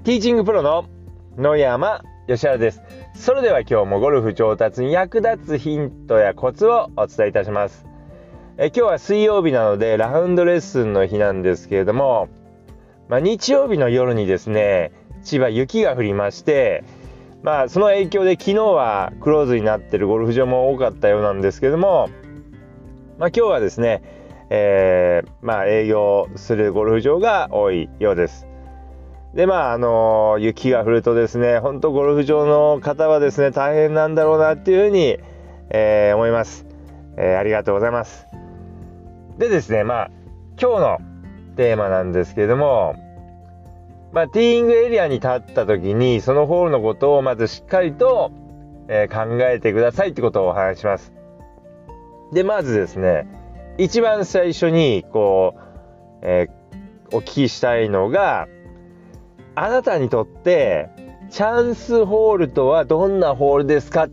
ティーチングプロの野山義原です。それでは今日もゴルフ上達に役立つヒントやコツをお伝えいたします。今日は水曜日なのでラウンドレッスンの日なんですけれども、日曜日の夜にですね、千葉雪が降りまして、その影響で昨日はクローズになっているゴルフ場も多かったようなんですけれども、今日はですね、営業するゴルフ場が多いようです。で雪が降るとですね、本当ゴルフ場の方はですね大変なんだろうなっていうふうに、思います。ありがとうございます。でですね、今日のテーマなんですけれども、ティーイングエリアに立った時にそのホールのことをまずしっかりと、考えてくださいってことをお話しします。でまずですね、一番最初にお聞きしたいのが、あなたにとってチャンスホールとはどんなホールですか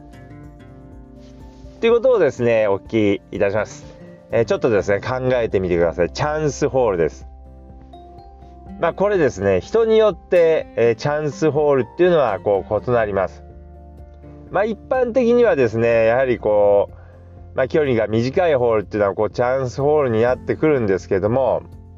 っていうことをですねお聞きいたします。ちょっとですね考えてみてください。チャンスホールです。これですね、人によって、チャンスホールっていうのは異なります。一般的にはですね、やはり距離が短いホールっていうのはチャンスホールになってくるんですけども、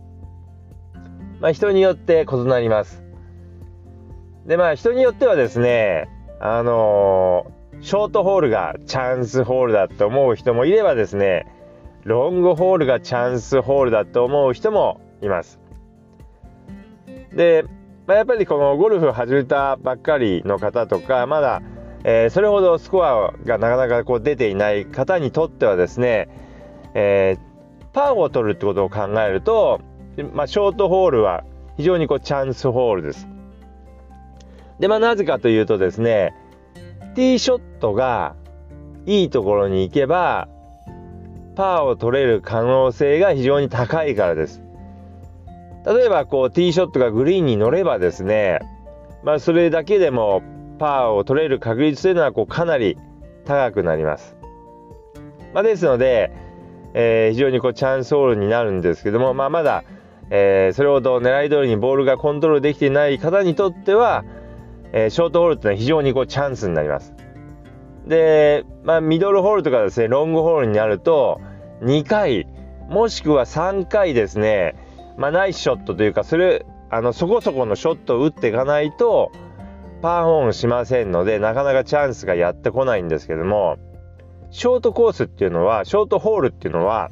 人によって異なります。で人によってはですね、ショートホールがチャンスホールだと思う人もいればですね、ロングホールがチャンスホールだと思う人もいます。で、やっぱりこのゴルフを始めたばっかりの方とか、まだ、それほどスコアがなかなか出ていない方にとってはですね、パーを取るってことを考えると、ショートホールは非常にチャンスホールです。でなぜかというとですね、ティーショットがいいところに行けばパーを取れる可能性が非常に高いからです。例えばティーショットがグリーンに乗ればですね、それだけでもパーを取れる確率というのはかなり高くなります。ですので、非常にチャンスホールになるんですけども、まだそれほど狙い通りにボールがコントロールできていない方にとっては、ショートホールっていうのは非常にチャンスになります。で、ミドルホールとかですね、ロングホールになると2回もしくは3回ですね、ナイスショットというか、そこそこのショットを打っていかないとパーオンしませんので、なかなかチャンスがやってこないんですけども、ショートコースっていうのは、ショートホールっていうのは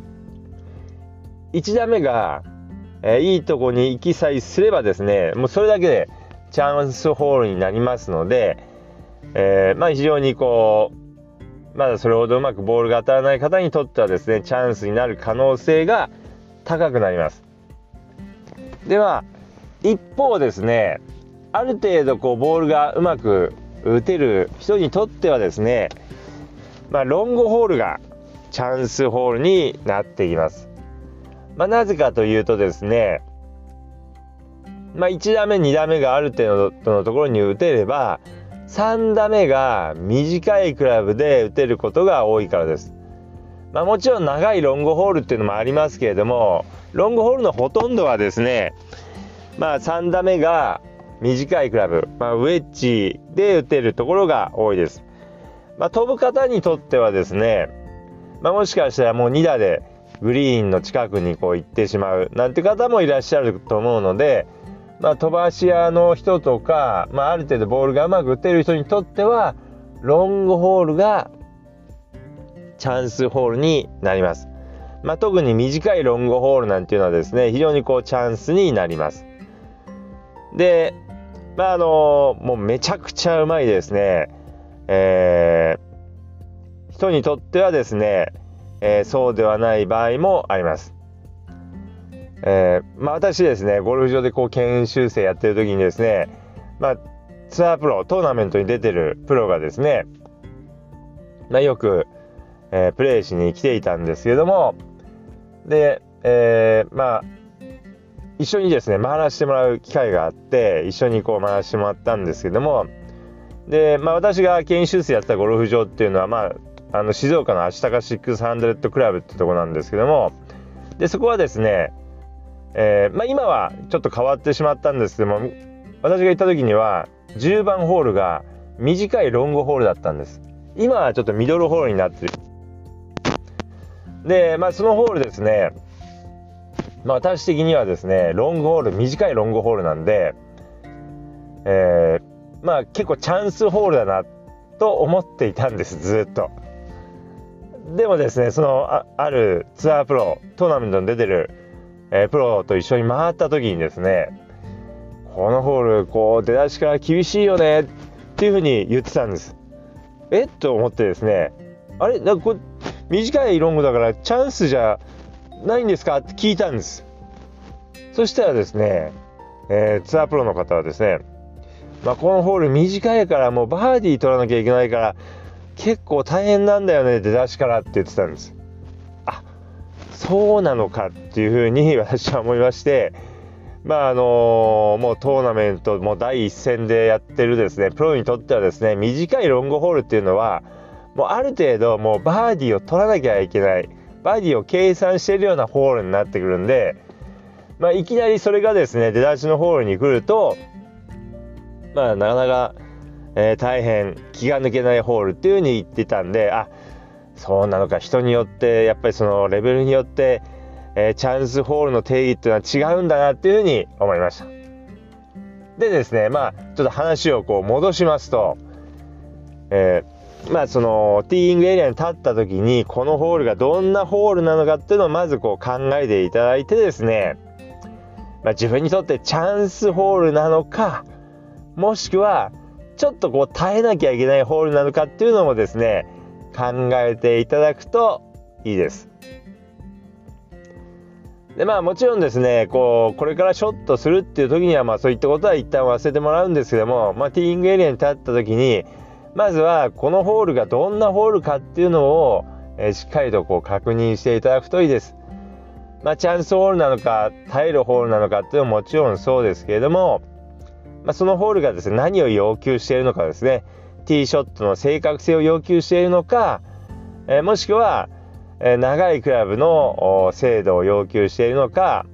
1打目がいいとこに行きさえすればですね、もうそれだけでチャンスホールになりますので、非常にまだそれほどうまくボールが当たらない方にとってはですね、チャンスになる可能性が高くなります。で一方ですね、ある程度ボールがうまく打てる人にとってはですね、ロングホールがチャンスホールになっています。なぜかというとですね、1打目2打目がある程度のところに打てれば、3打目が短いクラブで打てることが多いからです。もちろん長いロングホールっていうのもありますけれども、ロングホールのほとんどはですね、3打目が短いクラブ、ウェッジで打てるところが多いです。飛ぶ方にとってはですね、もしかしたらもう2打でグリーンの近くに行ってしまうなんて方もいらっしゃると思うので、飛ばし屋の人とか、ある程度ボールがうまく打てる人にとってはロングホールがチャンスホールになります。特に短いロングホールなんていうのはですね、非常にチャンスになります。で、もうめちゃくちゃうまいですね、人にとってはですね、そうではない場合もあります。私ですね、ゴルフ場で研修生やってる時にですね、ツアープロトーナメントに出てるプロがですね、よく、プレーしに来ていたんですけども、で、一緒にですね回らせてもらう機会があって、一緒に回らせてもらったんですけども、で、私が研修生やったゴルフ場っていうのは、静岡のアシタカ600クラブってとこなんですけども、でそこはですね、今はちょっと変わってしまったんですけども、 私が行った時には10番ホールが短いロングホールだったんです。今はちょっとミドルホールになってる。で、そのホールですね、私的にはですね、ロングホール、短いロングホールなんで、結構チャンスホールだなと思っていたんです、ずっと。でもですね、あるツアープロ、トーナメントに出てる、プロと一緒に回った時にですね、このホール、出だしから厳しいよねっていう風に言ってたんです。と思ってですね、あれ、短いロングだからチャンスじゃないんですかって聞いたんです。そしたらですね、ツアープロの方はですね、このホール短いからもうバーディー取らなきゃいけないから結構大変なんだよね、出だしからって言ってたんです。そうなのかっていうふうに私は思いまして、もうトーナメントも第一線でやってるですね、プロにとってはですね、短いロングホールっていうのはもうある程度もうバーディーを取らなきゃいけない、バーディーを計算しているようなホールになってくるんで、いきなりそれがですね、出だしのホールに来るとなかなか、大変気が抜けないホールっていう風に言ってたんで、そうなのか、人によってやっぱりそのレベルによって、チャンスホールの定義っていうのは違うんだなっていう風に思いました。でですね、ちょっと話を戻しますと、そのティーイングエリアに立った時にこのホールがどんなホールなのかっていうのをまず考えていただいてですね、自分にとってチャンスホールなのか、もしくはちょっと耐えなきゃいけないホールなのかっていうのもですね、考えていただくといいです。でもちろんですね、これからショットするっていう時にはそういったことは一旦忘れてもらうんですけども、ティーイングエリアに立った時にまずはこのホールがどんなホールかっていうのを、しっかりと確認していただくといいです。チャンスホールなのか耐えるホールなのかっていうのももちろんそうですけれども、そのホールがですね、何を要求しているのかですね、ティーショットの正確性を要求しているのか、もしくは、長いクラブの精度を要求しているのか、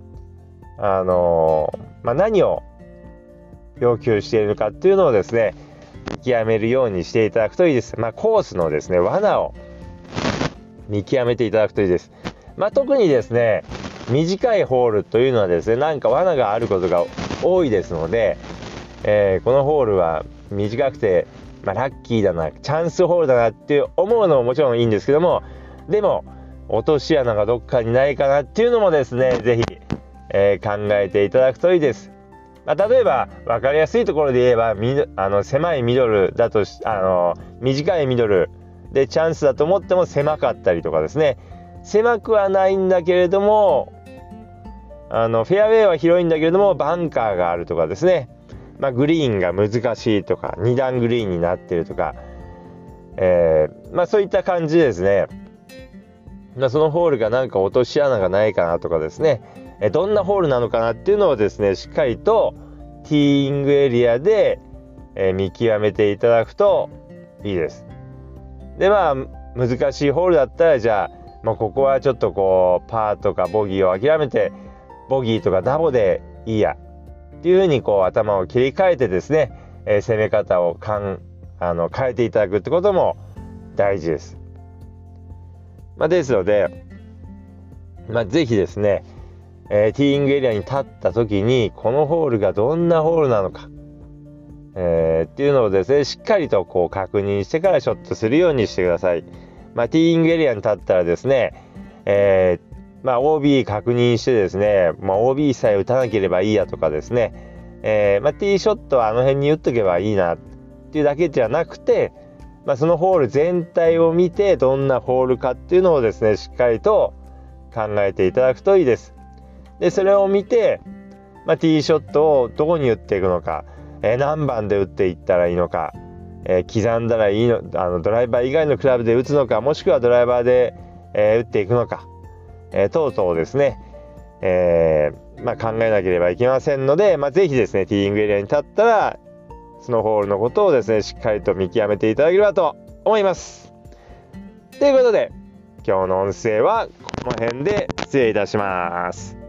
何を要求しているのかっていうのをですね、見極めるようにしていただくといいです。コースのですね、罠を見極めていただくといいです。特にですね、短いホールというのはですね、なんか罠があることが多いですので、このホールは短くて、ラッキーだな、チャンスホールだなって思うのももちろんいいんですけども、でも落とし穴がどっかにないかなっていうのもですね、ぜひ、考えていただくといいです。例えば分かりやすいところで言えば狭いミドルだと短いミドルでチャンスだと思っても狭かったりとかですね、狭くはないんだけれどもフェアウェイは広いんだけれどもバンカーがあるとかですね、グリーンが難しいとか2段グリーンになっているとか、そういった感じですね。そのホールがなんか落とし穴がないかなとかですね、どんなホールなのかなっていうのをですね、しっかりとティーイングエリアで、見極めていただくといいです。で難しいホールだったらじゃあ、ここはちょっとパーとかボギーを諦めてボギーとかダボでいいやっていうふうに頭を切り替えてですね、攻め方を変えていただくってことも大事です。ですので、ぜひですね、ティーイングエリアに立った時にこのホールがどんなホールなのか、っていうのをですね、しっかりと確認してからショットするようにしてください。ティーイングエリアに立ったらですね、OB 確認してですね、OB さえ打たなければいいやとかですね、ティーショットはあの辺に打っとけばいいなっていうだけじゃなくて、そのホール全体を見てどんなホールかっていうのをですね、しっかりと考えていただくといいです。でそれを見て、ティーショットをどこに打っていくのか、何番で打っていったらいいのか、刻んだらいいのドライバー以外のクラブで打つのか、もしくはドライバーで、打っていくのか、等々ですね、考えなければいけませんので、ぜひですね、ティーイングエリアに立ったらそのホールのことをですね、しっかりと見極めていただければと思います。ということで今日の音声はこの辺で失礼いたします。